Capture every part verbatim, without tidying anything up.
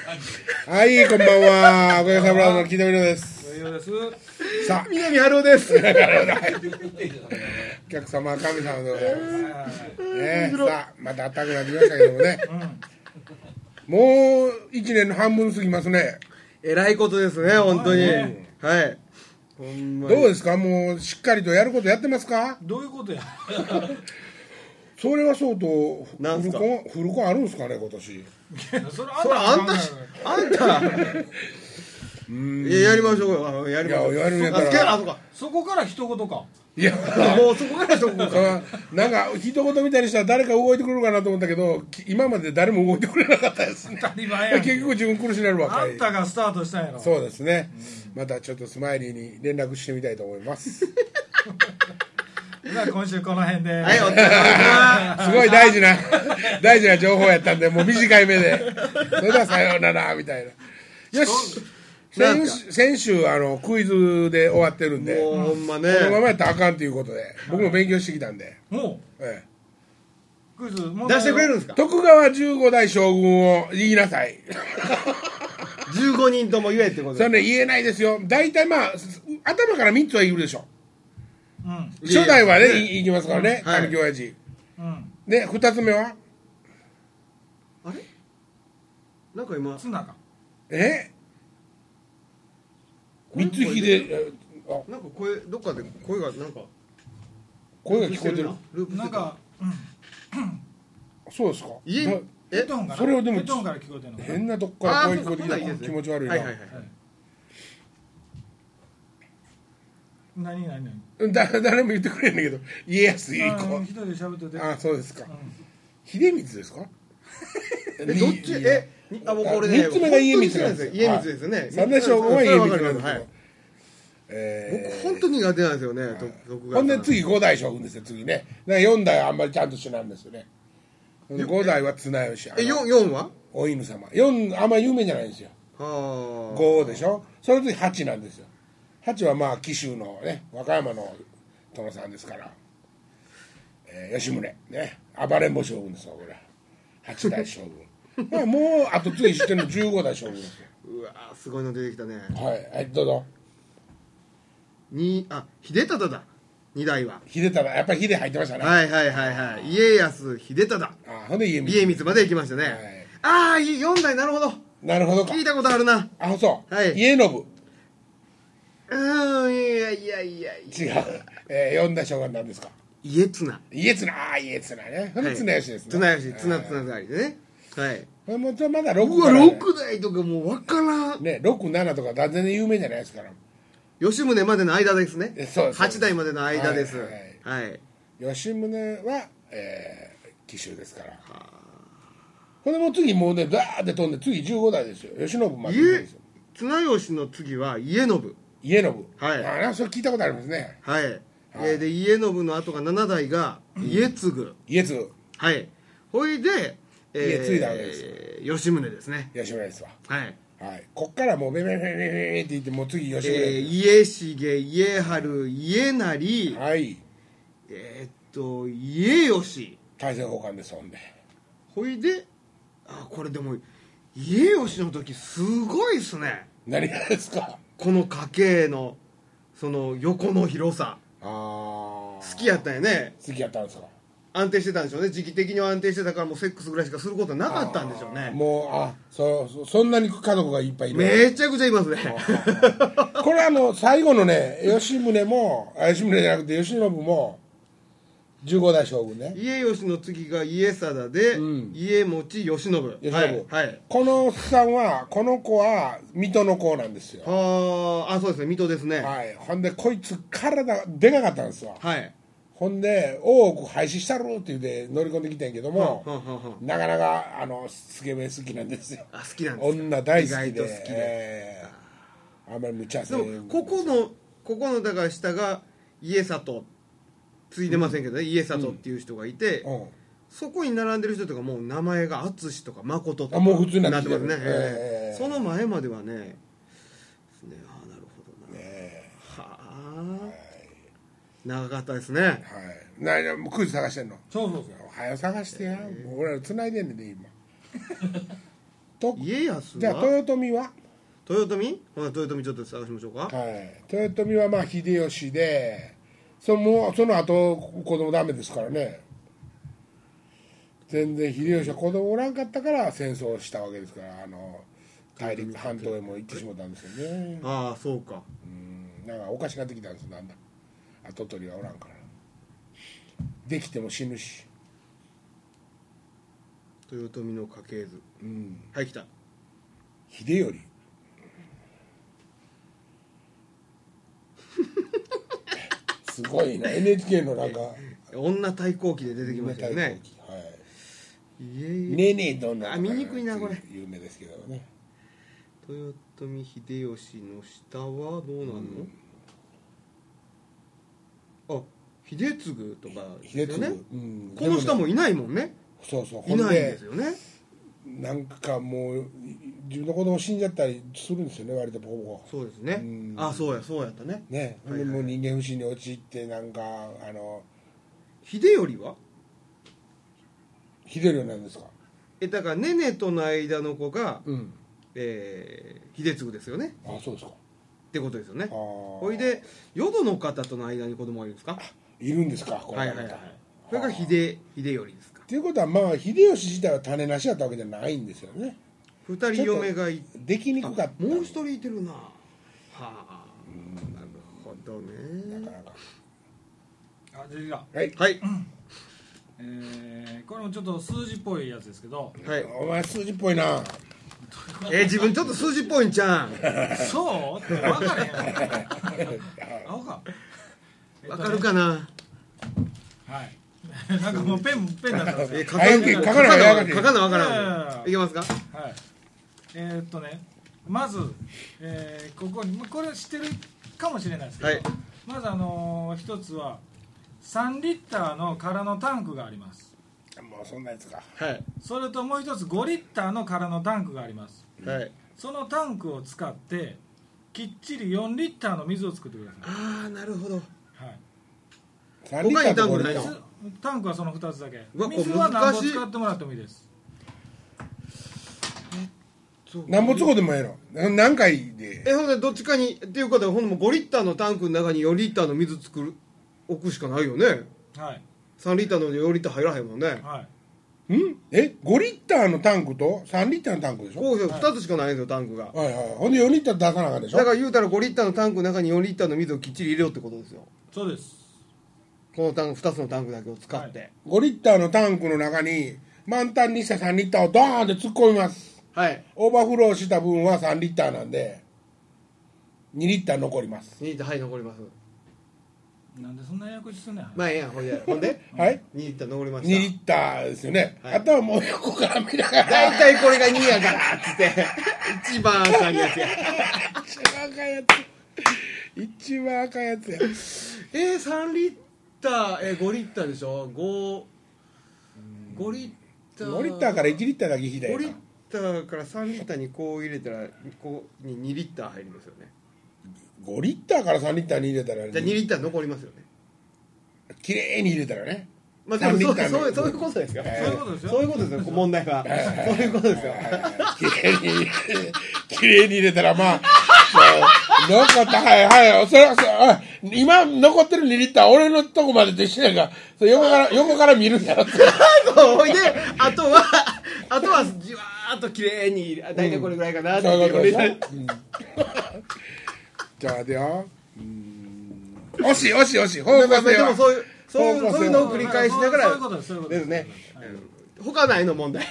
はい、こんばんは。おかげさまでの木戸美濃です。さあ、 南春夫です。 お客様、神様でございます。ね、さあ、また暖かくなってきましたけどもね。うん、もう一年の半分過ぎますね。 えらいことですね、本当に。うん、はい。 ほんまにどうですか、もうしっかりとやることやってますか。 どういうことや。 それはそうとフルコンフルコンあるんですかね今年。いやそれあんたあんたあんたうんいややりましょうよ。やりましょう。 やるんやったらあそこそこから一言か。 いやもうそこから一言か。 なんか一言みたいにしたら誰か動いてくるかなと思ったけど今まで誰も動いてくれなかったですね。 当たり前やん。 結局自分苦しなるばっかり。 あんたがスタートしたんやろ。 そうですね、うん、またちょっとスマイリーに連絡してみたいと思います。 じゃあ今週この辺で、 はい、お疲れ様です。 すごい大事な大事な情報やったんでもう短い目でそれではさようならみたいな。よし、先, 先週あのクイズで終わってるんでもうほんまねこのままやったらあかんということで僕も勉強してきたんで、 もう、 ええ、 クイズ出してくれるんですか。 徳川じゅうご代将軍を言いなさい。 じゅうごにんとも言えってことです。 それね言えないですよ。大体まあ頭からみっつは言うでしょ。 うん、 初代はねいきますからね、 うん、はい、 神木親父、 うん、 でふたつめはあれなんか今ツナかえ三つひであなんか声どっかで声がなんか声が聞こえてるループしてるなんか、うん、 そうですか。 えヘッドホンからそれをでもヘッドホンから聞こえてるのかな。 変なとこから声聞こえてきたら気持ち悪いな。 はいはいはい、 何何何だ誰も言ってくれんねんけど家康一個一人で喋ってて。 あそうですか、うん、秀光ですか。 えどっちえあもうこれねみっつめが家光なんですよ。 家光ですね。 三代将軍は家光なんですよ。 えー、僕本当に苦手なんですよね、はい、 ほんで次ご代将軍ですよ次ね。だからよん代はあんまりちゃんとしないんですよね。ご代は綱吉。 え 4, 4はお犬様。よんあんまり有名じゃないんですよ。はごでしょ。その次はちなんですよ。はちはまあ紀州のね和歌山の殿さんですから、えー、吉宗ね暴れん坊将軍ですよこれ。はち代将軍。まあもうあと次知ってるのじゅうご代将軍ですよ。 うわすごいの出てきたね。 はいはいどうぞ。 にあ秀忠だに代は秀忠やっぱり秀入ってましたね。 はいはいはいはい家康秀忠あほんで家光家光まで行きましたね、はい、ああよん代なるほどなるほどか聞いたことあるなあそう、 はい、 家信うんいやいやいや違う、えー、よん代将軍なんですか。 家綱家綱ああ家綱ねほんで綱吉ですね。 綱吉綱綱がりでねはいもうまだろくから、ね、ろく代とかもう分からんねろく、ななとか全然有名じゃないですから。 吉宗までの間ですね。 そうですはち代までの間です。はい、 はいはい、吉宗は、えー、紀州ですから。ほんでもう次もうねダーって飛んで次じゅうご代ですよ。慶喜までですよ。 綱吉の次は家信。 家信。 はい。 ああそれ聞いたことありますね。 はい。はい、えー、で家信の後がなな代が家継。 家継。 はい。ほいで、 えー、家継いだわけですよ。吉宗ですね。 吉宗ですわ。 はい。 はい、こっからもうベベベベベベって言ってもう次吉宗、 えー、家重家治家成、 はいえー、っと家吉大政奉還です。ほんでほいであこれでも家吉の時すごいっすね。 何がですか。 この家系のその横の広さあ好きやったんやね。 好きやったんですか。 安定してたんでしょうね。時期的には安定してたからもうセックスぐらいしかすることなかったんでしょうね。 もうあ そ, そ, そんなに家族がいっぱいいる。 めちゃくちゃいますね。 これあの最後のね吉宗も吉宗じゃなくて吉信もじゅうご代将軍ね。 家吉の次が家定で、うん、家持吉信。 吉信、 はいはい、 このおっさんはこの子は水戸の子なんですよ。 はあそうですね水戸ですね。 はいほんでこいつ体でかかったんですよ。 はいほんで大奥廃止したるって言って乗り込んできたんやけども、はあはあはあ、なかなかあのスケベ好きなんですよ。 あ好きなんですか。 女大好きで、 意外と好きで、 えー、あんまり無茶せん。 でもここのここのだから下が家里ついてませんけどね、うん、家里っていう人がいて、うん、そこに並んでる人とかもう名前が淳とか誠とかもう普通になってますね、 えー、その前まではねねあなるほどな、ね、はあ、はい、長かったですね。はいななもうクイズ探してんの。 そうそうそう早探してや、もう俺ら繋いでんねんで今と家康はじゃあ豊臣は豊臣ほな豊臣ちょっと探しましょうか。 はい豊臣はまあ秀吉でそのもうその後子供ダメですからね。全然秀吉は子供おらんかったから戦争したわけですから、あの大陸半島へも行ってしまったんですよね。 ああそうか。 うんなんかおかしなってきたんですよ。なんだ跡取りがおらんからできても死ぬし。 豊臣の家系図、 うん、 はい来た。 秀頼すごいな エヌエイチケー のなんか女対抗期で出てきましたよね。 はい、 いえいえねえねえどんなあ見にくいなこれ。 有名ですけどね。 豊臣秀吉の下はどうなんの、うん、あ秀次とかですよね、うん、この下もいないもんね。 そうそういないんですよね。 なんかもう自分の子供死んじゃったりするんですよね割とほぼ。 そうですね、うん、あそうやそうやったね。 ね、はいはい、もう人間不信に陥ってなんかあの秀頼は秀頼なんですか。 えだからねねとの間の子が、 うんえー、秀次ですよね。 あそうですかってことですよね。ほいで淀の方との間に子供がいるんですか。 いるんですかこれ。 はいはいはい。それが秀秀頼ですか。 ということはまあ秀吉自体は種なしだったわけじゃないんですよね。 二人嫁がいできにくかった。 もう一人いてるな。はあ、うん、なるほどね。なかなか。 あ出てきた。 はいはい、 うんえー、これもちょっと数字っぽいやつですけど、 はい、 お前数字っぽいな。 えー、自分ちょっと数字っぽいんちゃうんそうって分かれへん青か、 えっとね、分かるかな。 はいなんかもうペンペンだったんですよ。 えー、書かない書かない書かない分からん。いけますか。はいえー、っとねまず、えー、ここにこれ知ってるかもしれないですけど、はい、まずあのー、一つはさんリッターの空のタンクがあります。 もうそんなやつか。 はい。 それともう一つごリッターの空のタンクがあります。 はい。 そのタンクを使ってきっちりよんリッターの水を作ってください。 ああなるほど。はい。 さんリッターとごリッター。 タンクはそのふたつだけ。水は何本使ってもらってもいいです。 何本使ってもええの？何回で？ えほんでどっちかにっていうことはほんでもごリッターのタンクの中によんリッターの水作る置くしかないよね。 はい。 さんリッターのよんリッター入らへんもんね。 はい。 んえごリッターのタンクとさんリッターのタンクでしょ。 こうふたつしかないんですよタンクが。 はいはい。ほんでよんリッター出さなあかんでしょ。 だから言うたらごリッターのタンクの中によんリッターの水をきっちり入れようってことですよ。 そうです。 このタンクふたつのタンクだけを使って、はい、 ごリッターのタンクの中に満タンにしたさんリッターをドーンって突っ込みます。 はい。 オーバーフローした分はさんリッターなんでにリッター残ります。 にリッターはい残ります。 なんでそんな役すんねん。 まあええやんほんでほんではいにリッター残りました。 にリッターですよね、はい、あとはもう横から見ながら大体これがにやからっつって一番あかんやつや一番あかんやつ一番あかんやつやえー、さんリッターえー、ごリッターでしょ。ごごリッターごリッターからいちリッターだけ引いたやん。 ごリッターからさんリッターにこう入れたらここににリッター入りますよね。 ごリッターからさんリッターに入れたらじゃあにリッター残りますよね。 きれいに入れたらね。 まあでもそうそうそういうことですよ。 そういうことですよ。 そういうことですよ。問題はそういうことですよ。 きれいにきれいに入れたらまあ残ったはいはいそれはそ今残ってるにリッター俺のとこまでと一緒やがそれ横から横から見るんやろ。 そうほいであとはあとはじわーっときれいに大体これぐらいかなって言われて。 じゃあ待てよ。惜しい惜しい惜しい。方向性はでもそういうそういうそういうのを繰り返しながらそういうことですそういうことですね。他ないの問題。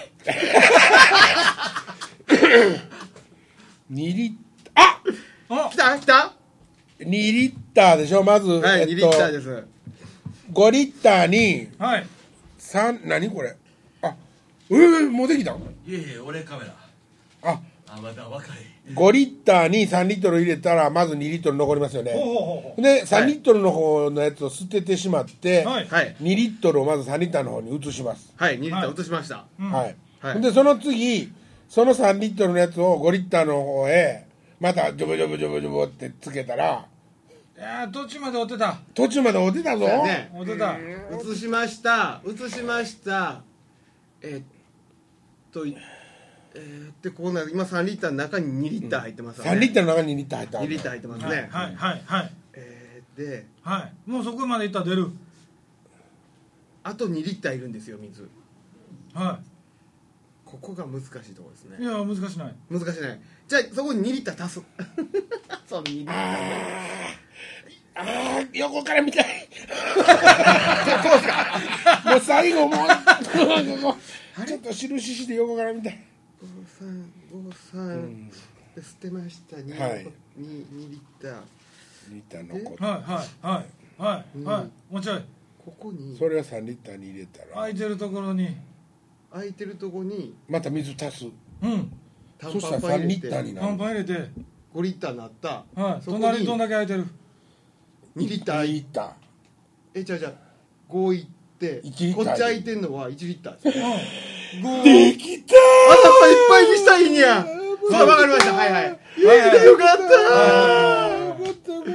にリッターあ来た来たにリッターでしょまず。 はい、えっと、にリッターです。 ごリッターにはいさん何これあえー、もうできたん。 いやいや俺カメラああまだ若いごリッターにさんリットル入れたらまずにリットル残りますよね。 ほうほうほうでさんリットルの方のやつを捨ててしまって、 はい、 にリットルをまずさんリッターの方に移します。 はいにリッター移しました。 はい、 はい、 でその次そのさんリットルのやつをごリッターの方へまたジョボジョボジョボジョボってつけたらいや途中まで追ってた途中まで追ってたぞ、 ね、追ってた移しました移しましたえっとえー、でこうな今さんリッターの中ににリッター入ってますよね、 さんリッターの中ににリッター入ったにリッター入ってますね、 はいはいはいはい、 えー、で、 はい、もうそこまでいったら出る。 あとにリッターいるんですよ水。 はここが難しいところですね。 い。いや難しない難しいね。じゃあそこににリッター足すそうにリッターあーあー横から見たいもう最後もうちょっと印して横から見たい。 ごさんごさん、うん、で捨てました 2, はい、 に, にリッターリッター残って、 はいはいはいはいはい、もうちょいここにそれをさんリッターに入れたら空いてるところに空いてるところにまた水足す。 うん、 そしたらさんリッターになる。 パンパン入れてごリッターになった、 はい、隣にどんだけ空いてるにリッターにリッターえじゃあじゃあごいっていちリッターこっち空いてんのはいちリッターですね、 うん、 できた頭いっぱいにしたらいいんやそうわかりましたはいはい、はい、よかったよかったよかったよかったよか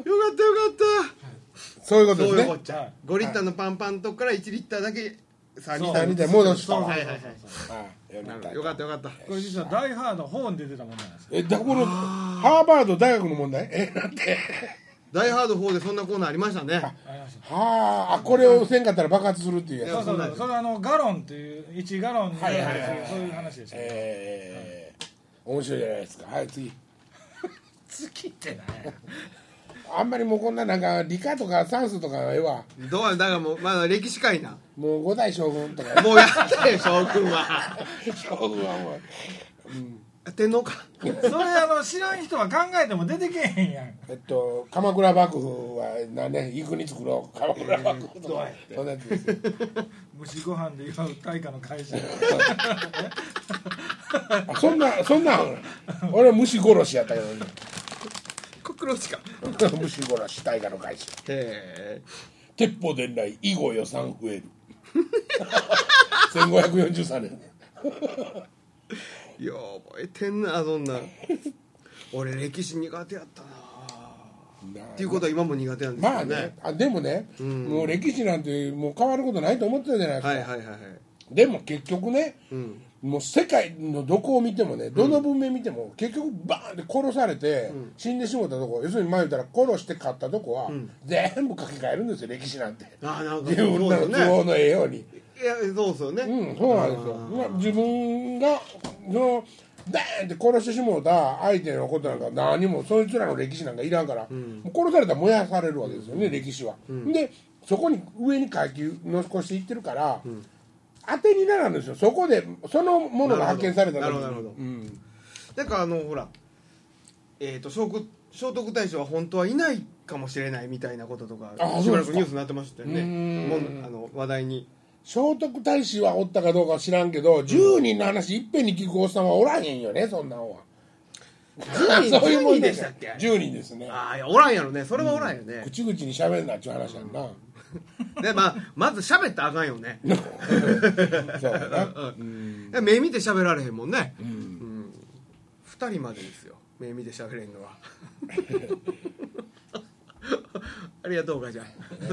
ったそういうことですね。 そういうこっちゃごリッターのパンパンのとこからいちリッターだけさんリッタさんリッターー戻した。 そうはいはいはいあよかったよかったこれ実はダイハード本に出てたもんなんですよ。 えだこのハーバード大学の問題えなんてダイハードフォーでそんなコーナーありましたね。 ありました。 はあこれをせんかったら爆発するっていうやつ。 そうそうそう、それはあのガロンっていういちガロンになる、 はいはいはい、 そういう話でした、ね。 えー、面白いじゃないですか。はい次次ってねあんまりもうこんななんか理科とか算数とかはええわ。 どうだからもうまだ歴史界なもう五代将軍とかもうやったよ将軍は将軍はもう、 うん、天皇かそれあの知らん人は考えても出てけへんやん。 えっと鎌倉幕府は何ねいくに作ろう鎌倉幕府とかそんなやつですよ蒸しご飯で祝う大化の開始そんなそんな俺は虫殺しやったけどねコクロチか虫殺し大化の開始。 へえ鉄砲伝来以後予算増えるせんごひゃくよんじゅうさんねんよう覚えてんなそんな俺歴史苦手やったなっていうことは今も苦手なんですよね。 まあねあでもね、うん、もう歴史なんてもう変わることないと思ってたじゃないですか。 はいはいはいはい。 でも結局ね、うん、もう世界のどこを見てもねどの文明見ても、うん、結局バーンって殺されて、うん、死んでしもったとこ要するに前言ったら殺して勝ったとこは、うん、全部書き換えるんですよ歴史なんて。あなんか自分の都合のええように。 いやそうですよね。 うんそうなんですよ。自分がそのダーンって殺してしもうた相手のことなんか何もそいつらの歴史なんかいらんから、うん、もう殺されたら燃やされるわけですよね、うん、歴史は、うん、でそこに上に階級残していってるから、うん、当てにならんですよ。そこでそのものが発見された時に。なるほどなるほど、うん、 だからあのほらえっ、ー、と聖徳太子は本当はいないかもしれないみたいなこととかしばらくニュースになってましたよね。もうあの話題に聖徳太子はおったかどうかは知らんけど、うん、じゅうにんの話いっぺんに聞くおっさんはおらへんよねそんなんは。 じゅうにんそういうもんでしたっけ。 じゅうにんですね。 ああいやおらんやろねそれはおらんよね、 うん、口々に喋るなっちゅう話やんな、 うん、でまあまず喋ったらあかんよねそうやな、うん、目見て喋られへんもんね、うんうん、ふたりまでですよ目見て喋れんのはありがとうかじゃん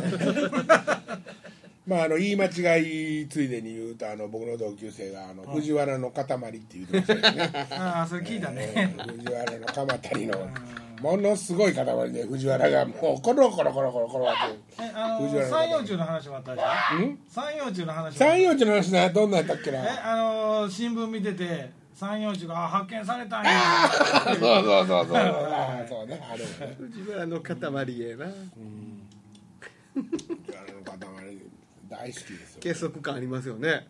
まあ、あの言い間違いついでに言うとあの僕の同級生があの藤原の塊って言うてましたよねああそれ聞いたね、 えー、藤原の鎌谷のものすごい塊で藤原がもうコロコロコロコロコロってえあの三葉虫の話もあったじゃん。三葉虫の話三葉虫の話などんなんやったっけな。 えあの新聞見てて三葉虫が発見されたんやそうそうそうそうそうねあれね藤原の塊えな、うん、 藤原の塊大好きですよ。 結束感ありますよね。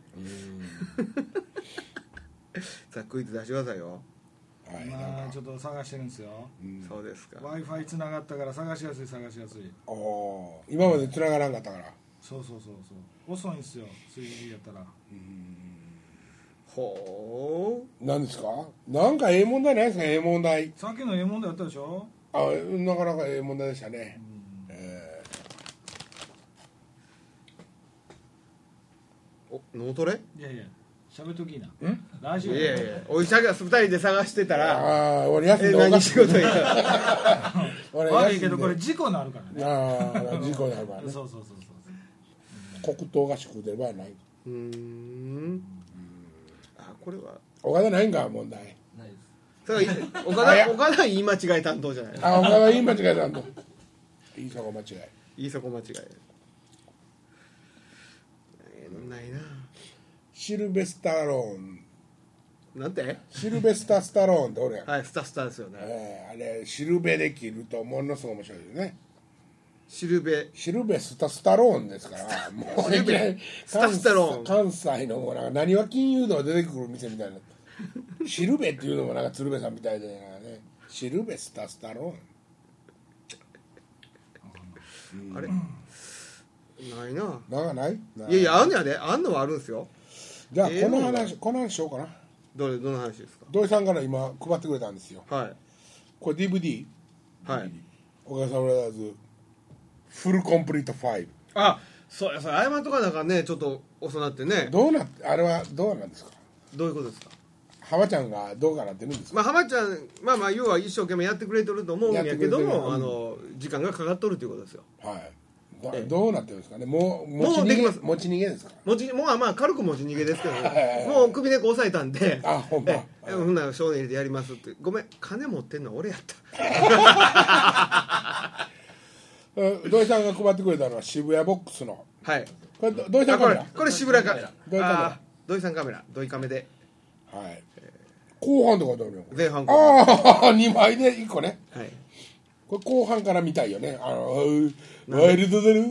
さあクイズ出してくださいよ。 はい、まあちょっと探してるんですよ、 うん、そうですか。 Wi-Fi つながったから探しやすい探しやすい。 おお今までつながらんかったから。 そうそうそうそう遅いんですよ スリージー やったら。うんほうなんですか。なんかええ問題ないですか。ええ問題さっきのええ問題やったでしょ。 あなかなかええ問題でしたね、うんえーお脳トレ。 いやいや喋っときな。 ラジオ。いやいやお医者がふたりで探してたらああ俺休んで何仕事や悪いけどこれ事故になるからね。 ああ事故になるからねそうそうそうそう黒糖が食うてる場合ない。 うーんあこれは岡田ないんか問題。 ないです。 それは岡田岡田言い間違い担当じゃない。 あ、岡田言い間違い担当。言いそこ間違い。 言いそこ間違い。えー、ないな。 シルベスタローン。 なんて？ シルベスタスタローンっておるやん。 はい、スタスタですよね。 えー、あれシルベで切るとものすごい面白いですね。 シルベシルベスタスタローンですからもういきなりスタスタローン関西のもうなんか何は金融道が出てくる店みたいなシルベっていうのもなんか鶴瓶さんみたいでね、シルベスタスタローン、うん、あれないな。 なんかない？ いやいやあんのやで、あんのはあるんですよ。 じゃあこの話、えー、この話しようかな。 どれどの話ですか？ 土井さんから今配ってくれたんですよ。 はい。 これ ディーブイディー？ はい。 おかげさまでずフルコンプリートファイブ。 あ、そうや、それ謝っとかなんかね、ちょっと遅なってね。 どうなってあれはどうなんですか？ どういうことですか？ 浜ちゃんがどうかなってるんですか？ まあ浜ちゃん、まあまあ要は一生懸命やってくれてると思うんやけども、うん、あの時間がかかっとるということですよ。 はい。どうなってるんですかね。もう持ち逃げ、持ち逃げですか？ 持ちもうまあ軽く持ち逃げですけど、ね、もう首根っこ押さえたんで、 あ、ほんま。 え、ほんなら少年入れてやりますって。ごめん、金持ってんのは俺やった。 土井さんが配ってくれたのは渋谷ボックスの。 はい。 これ土井さんカメラ。 これ渋谷カメラ。 土井カメラ。 土井さんカメラ。土井カメで。 はい。後半とかどうよ。 前半。 ああ、にまいでいっこね。 はい。 これ後半から見たいよね。あのワイルドだろ。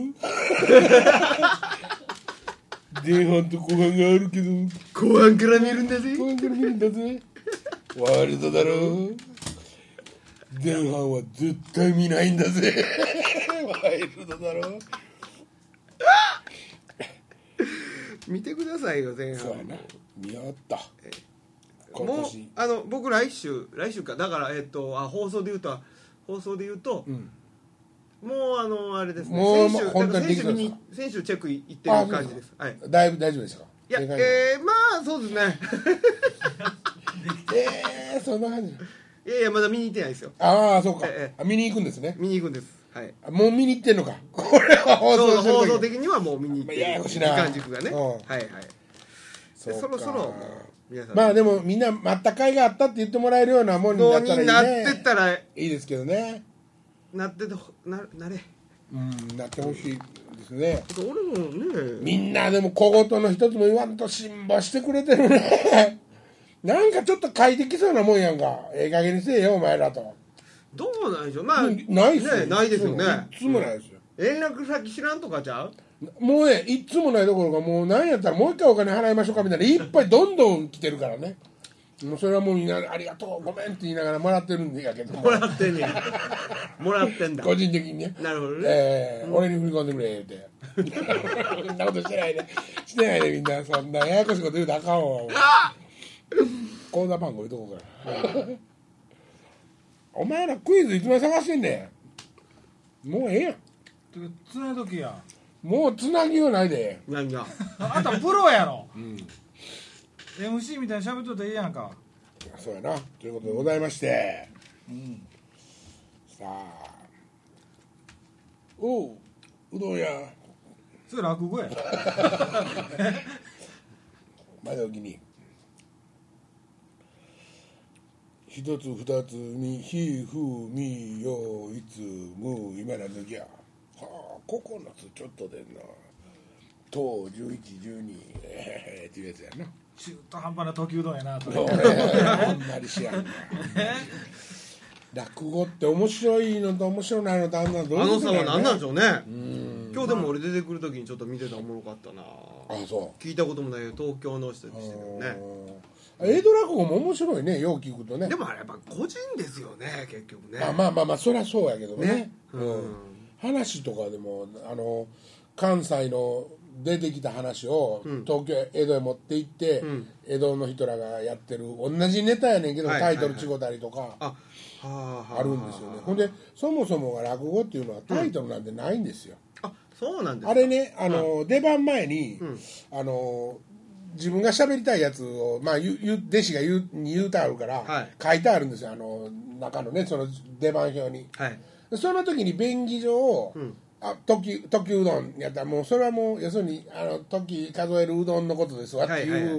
前半と後半があるけど。 後半から見るんだぜ。 後半から見るんだぜ。ワイルドだろ。前半は絶対見ないんだぜ。ワイルドだろ。 見てくださいよ前半。 そうやな。見よった。 もうあの僕来週来週かだからえっとあ放送で言うと放送で言うと、うん、もうあのあれですね。もう先週本当に先週に先週チェック行ってる感じです。はい。 だいぶ大丈夫ですか？ いやえー、まあそうですね。 えー、そんな感じ。 いやいやまだ見に行ってないですよ。 ああそうか、ええ、見に行くんですね。 見に行くんです。はい。 もう見に行ってんのか。これは放送放送的にはもう見に行ってる。 ややこしいな。 時間軸がね。うん、はいはい。そそろそろ皆さんまあでもみんな待った甲斐があったって言ってもらえるようなもんになったらいいね。 なってったらいいですけどね。 なっててななれ。 うんなってほしいですね。 俺もね。 みんなでも小言の一つも言わんと辛抱してくれてるね。なんかちょっと快適そうなもんやんか。ええ加減にせえよお前らと。 どうなんでしょう。まあないっすよ、 ね、ないですよね。 いつもないですよ。 連絡先知らんとかちゃう？ もうねいつもないどころかもう何やったらもう一回お金払いましょうかみたいないっぱいどんどん来てるからね。もうそれはもうみんなありがとうごめんって言いながらもらってるんやけどもらってんねや。もらってんだ。 個人的にね。 なるほどね。 えーうん、俺に振り込んでくれ言うて。そんなことしてないでしてないでみんなそんなややこしいこと言うとあかんわ。口座番号言うとこからお前らクイズいつまで探してんねん。もうええやん。 つないどきや。 もうつなぎようないで。 何があんたプロやろ。 うん、 エムシー みたいに喋っとっていいやんか。 そうやなということでございまして、うん、さあおううどんやそれ落語や。 前の時に一つ二つにひふみよいつむ今なんのぎゃはあここのつちょっとでんなとじゅういちじゅうにえー、っていうやつやな。 中途半端な時うどんやなと。 俺あんまり知らんな。落語って面白いのと面白ないのとあんなどういうことだよね。 あのさは何なんでしょうね。うん今日でも俺出てくる時にちょっと見てたらおもろかったな。 あそう聞いたこともないよ東京の人にしてるね。 江戸落語も面白いねよう聞くとね。 でもあれやっぱ個人ですよね結局ね。 まあまあまあまあそりゃそうやけどね。ねうん、 うん、 話とかでもあの関西の出てきた話を東京江戸へ持って行って、うん、江戸の人らがやってる同じネタやねんけど、はい、タイトル違ったりとかあるんですよね。ほんでそもそもが落語っていうのはタイトルなんてないんですよ。 うん、あそうなんですか。 あれねあの、うん、出番前に、うん、あの自分が喋りたいやつを、まあ、ゆゆ弟子が言う言うてあるから、はい、書いてあるんですよあの中のねその出番表に、はい、その時に便宜上、うんあ時時うどんやったらもうそれはもう要するにあの時数えるうどんのことですわっていう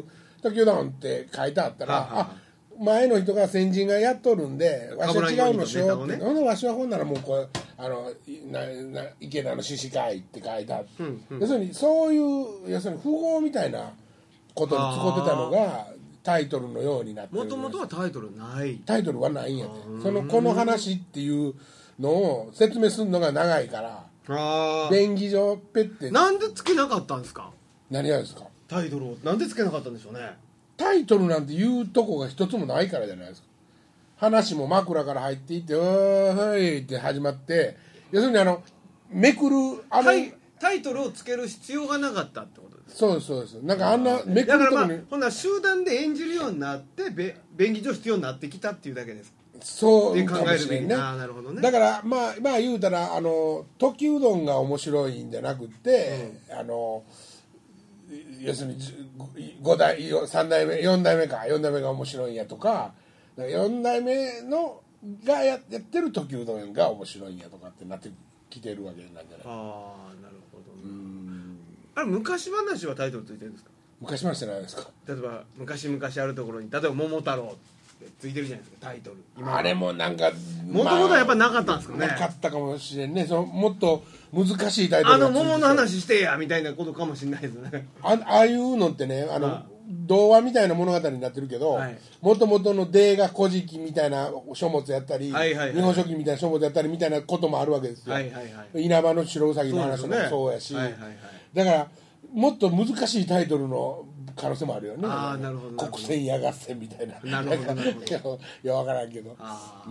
東京ダウンって書いてあったら、あ前の人が先人がやっとるんでわしは違うのしようって、ほんでわしはほんならもうこうあのなな池田の獅子会って書いてあって、うんうん、要するにそういう要するに富豪みたいなことに使ってたのがタイトルのようになってる。 もともとはタイトルないタイトルはないんやってそのこの話っていうのを説明するのが長いからあ便宜上ペッてなんでつけなかったんですか。 何がですかタイトルをなんでつけなかったんでしょうね。 タイトルなんて言うとこが一つもないからじゃないですか。話も枕から入っていって「おーはい」って始まって要するにあのめくるあの、はい、 タイトルをつける必要がなかったってことですか。 そうですそうです。なんかあんなめくるとこにだからまあほんなら集団で演じるようになってべ便宜上必要になってきたっていうだけです。 そうかもしれんね。 あなるほどね。 だからまあまあ言うたらあの時うどんが面白いんじゃなくて、うん、あの要するにご代さん代目よん代目かよん代目が面白いんやとかよん代目のが や, やってる時うどんが面白いんやとかってなってきてるわけなんじゃない。 ああなるほど、ね、うんあれ昔話はタイトルついてるんですか。 昔話じゃないですか。 例えば昔々あるところに例えば桃太郎ついてるじゃないですかタイトル。 今あれもなんかもともとはやっぱなかったんですかね。 なかったかもしれんね。そのもっと難しいタイトルあの桃の話してやみたいなことかもしれないですね。 あ, ああいうのってねあの、はあ、童話みたいな物語になってるけどもともとの泥が古事記みたいな書物やったり、はいはいはい、日本書紀みたいな書物やったりみたいなこともあるわけですよ、はいはいはい、稲葉の白うさぎの話もそうやし、ねはいはいはい、だからもっと難しいタイトルの可能性もあるよね。 あなるほど国選野合戦みたいな。 なるほどなるほど。 いや分からんけど。あうん。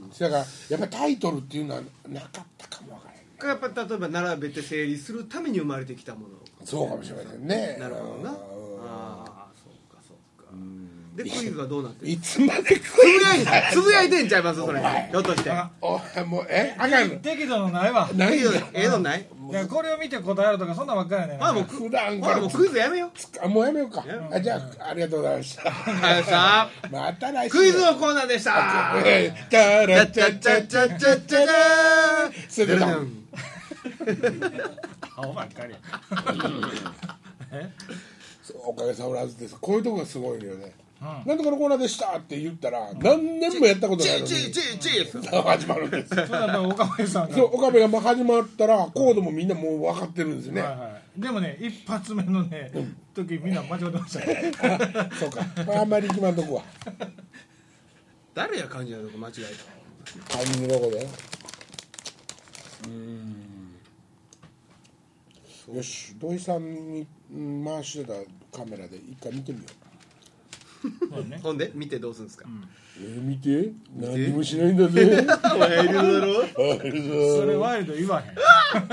だからやっぱりタイトルっていうのはなかったかも分からん。 やっぱ例えば並べて整理するために生まれてきたもの。 そうかもしれませんね。 なるほどな。ああそうかそうか。でクイズはどうなってる？ いつまでクイズ？ つぶやいてんちゃいますそれ。ひょっとして。 おもうえあかんの。 適度のないわ。 適度でええのない？ これを見て答えるとかそんなばっかりやねん。 まあもう普段からもうクイズやめよう。もうやめようか。あじゃあありがとうございました。 ありがとうございました。 また来週。 クイズのコーナーでした。 チャラチャチャチャチャチャチャ。それだ。 青ばっかり。 おかげさまでこういうとこがすごいのよね。なんとかのコーナーでしたって言ったら何年もやったことないのに始まるんです。 岡部さんがそう岡部が始まったらコードもみんなもう分かってるんですね、はいはい、 でもね一発目のね、うん、時みんな間違ってましたねそうかあんまり決まんとこは誰や感じなのか間違えたタイミングどこでうーんよし土井さんに回してたカメラで一回見てみよう。 ね、ほんで見てどうするんですか、うんえー、見て何にもしないんだぜワイルドだろそれワイルド言わへん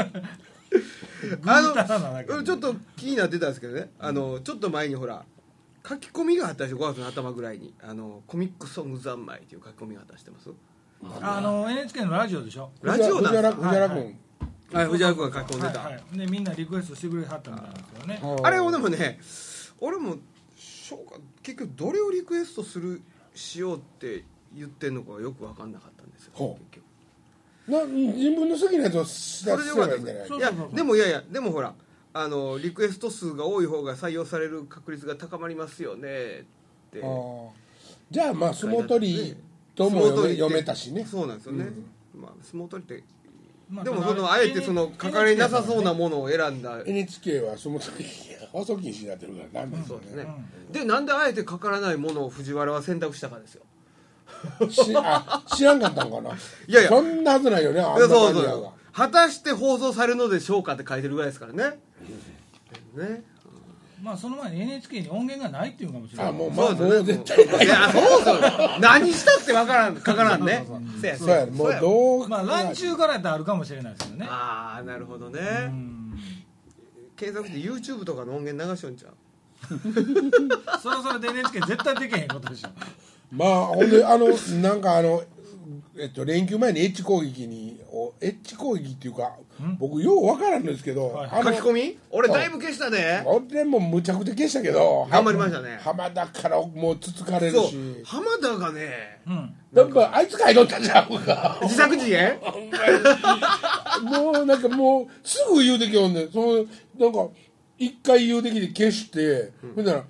あのちょっと気になってたんですけどね、うん、あのちょっと前にほら書き込みがあったでしょごがつの頭ぐらいにあのコミックソング三昧っていう書き込みがあったしてます。 あの エヌエイチケー のラジオでしょ。 ラジオなんですか。 藤原君はい藤原君が書き込んでた、 はいはい、でみんなリクエストしてくれはったみたいなんですよね。 あれをでもね俺も結局どれをリクエストするしようって言ってんのかよく分かんなかったんですよ結局な自分の好きなやつをしたらいいんじゃない。 いやでもいやいやでもほらあのリクエスト数が多い方が採用される確率が高まりますよねってあじゃあまあ相撲取りとも読 め, 読めたしね。 そうなんですよね、うんまあ、相撲取りってまあ、でもそのあえてそのかかりなさそうなものを選んだエヌエイチケー はそもそも放送禁止になってるからなんですよね、うん、 そうですね、うん、でなんであえてかからないものを藤原は選択したかですよしあ知らんかったんかな。いやいやそんなはずないよねあんなそうそうそう果たして放送されるのでしょうかって書いてるぐらいですからね、うん、ねまあその前に エヌエイチケー に音源がないっていうかもしれない。 あもうまあもう絶対ない。いやそうそう何したってわからんかからんね。 そうやそうやもうどうまあ乱中からやったらあるかもしれないですよね。 ああなるほどね。検索して YouTube とかの音源流しよんちゃう。 そろそろで エヌエイチケー 絶対できへんことでしょ。 まあほんであのなんかあのえっと連休前にエッジ攻撃にエッジ攻撃っていうか僕よう分からんのですけど、 はい、あの書き込み俺だいぶ消したね。 俺もむちゃくちゃ消したけど頑張りましたね。 浜田からもうつつかれるし浜田がね、 うん、なんかあいつ書いとったんちゃうか自作自演もうなんかもうすぐ言うてきよんねん。そのなんか一回言うてきて消して、うん、ほんなら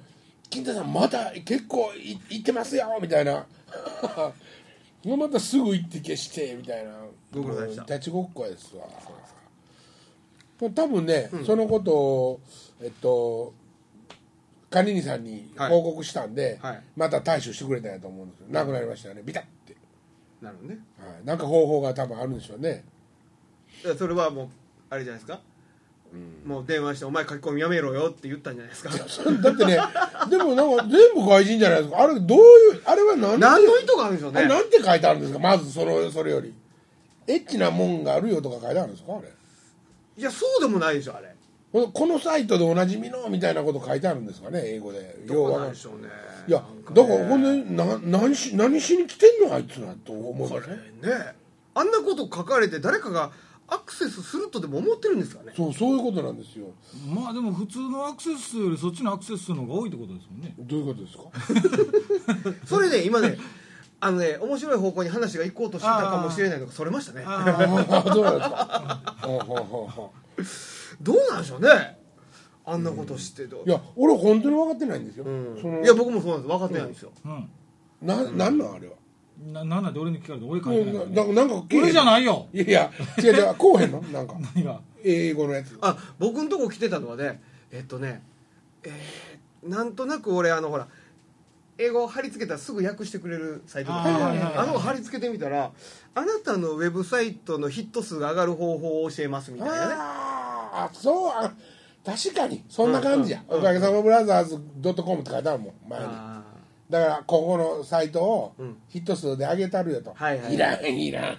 金太さんまた結構い行ってますよみたいなもうまたすぐ行って消してみたいなご苦労様でした。 立ちごっこですわ。多分ね、うん、そのことをえっと管理人さんに報告したんで、はいはい、また対処してくれたんやと思うんですよ。なくなりましたよね、ビタッて。 なるほどね、 はい、なんか方法が多分あるんでしょうね。 それはもうあれじゃないですか、うん、もう電話してお前書き込みやめろよって言ったんじゃないですか。 だってねでもなんか全部外人じゃないですか。あれどういうあれは何何の意図があるんでしょうね。 あれなんて書いてあるんですか。まずそのそれよりエッチなもんがあるよとか書いてあるんですか。あれいやそうでもないでしょ。あれこのサイトでおなじみのみたいなこと書いてあるんですかね、英語で。 どうなんでしょうね。 いやだからほんでな何し何しに来てんのあいつらと思いますね。 あんなこと書かれて誰かがアクセスするとでも思ってるんですかね。 そうそういうことなんですよ。 まあでも普通のアクセス数よりそっちのアクセス数の方が多いってことですもんね。 どういうことですかそれで今ねあのね面白い方向に話が行こうとしてたかもしれないのがそれましたね。 ああどうなんですかどうなんでしょうね、あんなことしてどう、 うん、いや俺本当に分かってないんですよ、うん、 そのいや僕もそうなんです、分かってないんですよ、 うんうん、ななんなんあれはななんなんで俺に聞かれて俺書いてない、 うん、ななんか俺じゃないよ。 いやいや違う違うこうへんのなんか何が英語のやつ。 あ僕のとこ来てたのはねえっとねえー、なんとなく俺あのほら英語を貼り付けたらすぐ訳してくれるサイトとかあの貼り付けてみたらあなたのウェブサイトのヒット数が上がる方法を教えますみたいなね。 ああそうあ確かにそんな感じや、うんうん、おかげさまブラザーズ .com って書いてあるもん前に。だからここのサイトをヒット数で上げたるよと、うんはいはい、いらんいらんい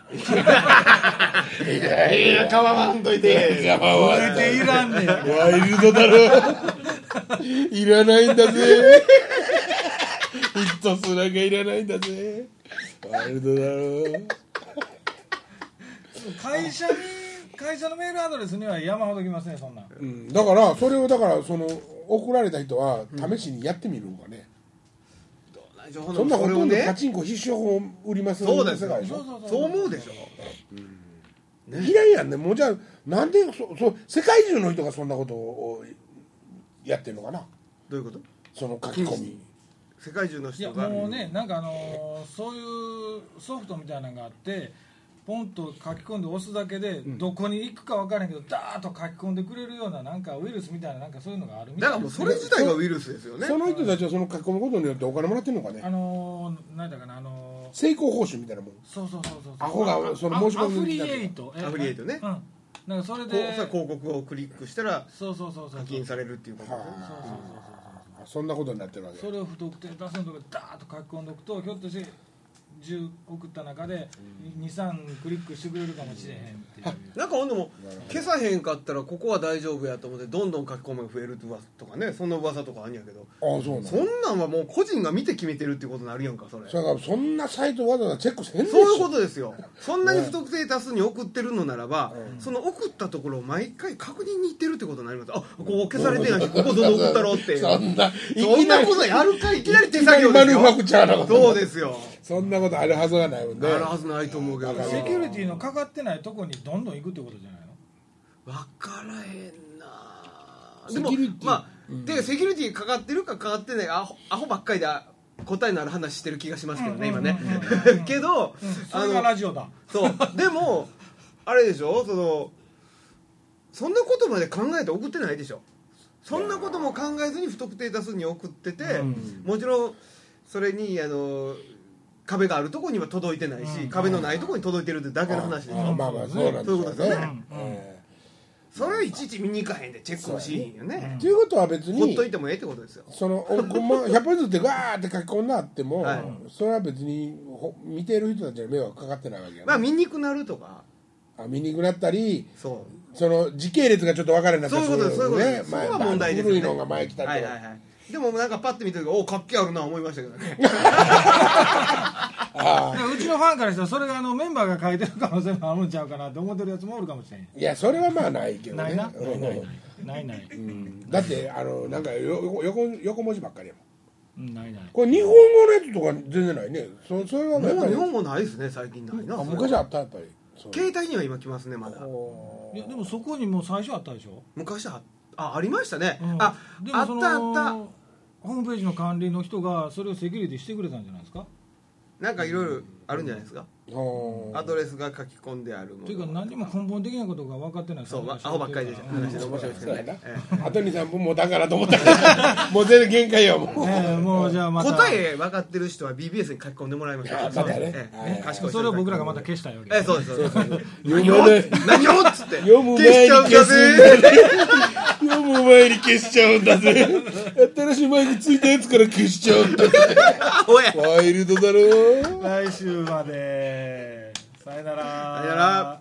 らんいらんかわまんといてかわまんといていらんねんワイルドだろいらないんだぜヒット数なんかいらないんだぜワイルドだろ会社に会社のメールアドレスには山ほど来ますねそんな、 うん、だからそれをだからその送られた人は試しにやってみるのかね、うん、そんなほとんどパチンコ必勝法売りますよね。 そうですよそう思うでしょ、 うんね、いらんやんね。もうじゃあなんで そ, そ世界中の人がそんなことをやってるのかな。 どういうこと。 その書き込み世界中の人がいやもうねなんかあのー、そういうソフトみたいなのがあってポンと書き込んで押すだけでどこに行くか分からへんけどダーッと書き込んでくれるようななんかウイルスみたいななんかそういうのがあるみたいな。 だからもうそれ自体がウイルスですよね。 その人たちはその書き込むことによってお金もらってるのかね。 あのー、なんだかなあのー、 成功報酬みたいなもん。 そうそうそうそうアホがその申し込みアフリエイトアフリエイトね、 うん、なんかそれで広告をクリックしたらそうそうそうそう課金されるっていうことですね。 そうそうそうそうそんなことになってるわけ。 それを不特定多数のところでダーッと書き込んでおくとひょっとしてじゅう送った中でにさんクリックしてくれるかもしれへんっていうなんかほんでも消さへんかったらここは大丈夫やと思ってどんどん書き込みが増えるとかねそんな噂とかあるんやけどあそうなんそんなんはもう個人が見て決めてるっていうことになるやんかそれ。 そ, そんなサイトわざわざチェックせんでしょ。 そういうことですよ。そんなに不特定多数に送ってるのならば、うん、その送ったところを毎回確認に行ってるってことになります。あここ消されてないしここどんどん送ったろうってそんなそんなことやるかいきなり手作業ですよ。 マヌファクチャーなことそうですよ。 そんなことあるはずがないもんね。 あるはずないと思うけどセキュリティのかかってないとこにどんどん行くってことじゃないの。 分からへんな。でもまあ、うん、でセキュリティかかってるかかかってないアホ、アホばっかりで答えのある話してる気がしますけどね今ねけど、 うん、それがラジオだ。 そうでもあれでしょそのそんなことまで考えて送ってないでしょ。そんなことも考えずに不特定多数に送ってて、うん、もちろんそれにあの壁があるところには届いてないし、うん、壁のないところに届いてるってだけの話でしょ。 まあまあそうなんですよね。そういうことですよね、 うんうん、それをいちいち見に行かへんでチェックもしいんよね。 ということは別にほっといてもええってことですよ。 そのひゃっぽんずつでガーって書き込んであっても、はい、それは別に見ている人たちに迷惑かかってないわけやね。 まあ見にくくなるとかあ見にくくなったりそうその時系列がちょっと分からなくなったりするのね。 そういうことです。それは問題ですよね。 古いのが前来たりとか、はいはいはい、 でもなんかパッて見てるとお活気あるな思いましたけどねあうちのファンからしたらそれがあのメンバーが書いてる可能性もあるんちゃうかなって思ってるやつもおるかもしれん。 いやそれはまあないけどね。 ないなないないないない、 うん、だってあのなんかよ横横文字ばっかりやもん、 うん、ないない。 これ日本語のやつとか全然ないね。そ, それはもう日本語ないですね最近ないな。 あ昔あったやっぱり携帯には今来ますねまだ。 いやでもそこにもう最初あったでしょ。 昔ああありましたね、 うん、 ああったあったホームページの管理の人がそれをセキュリティしてくれたんじゃないですか。 なんかいろいろあるんじゃないですか、うん、アドレスが書き込んであるものというか何も根本的なことが分かってない。 そう、まあ、アホばっかりでしょ話で面白いですね。 あとにさんぷんもだからと思ったらもう全然限界よもう、 えー、もうじゃあまた答え分かってる人は ビービーエス に書き込んでもらいましょう。 そうですね、 えー、 それを僕らがまた消したいわけです。 えー、そうですそうです何を何をっつって読む前に消すんだぜ読む前に消しちゃうんだぜ新しいマイクついたやつから消しちゃうんだぜワイルドだろ。 来週までさよなら。 さよなら。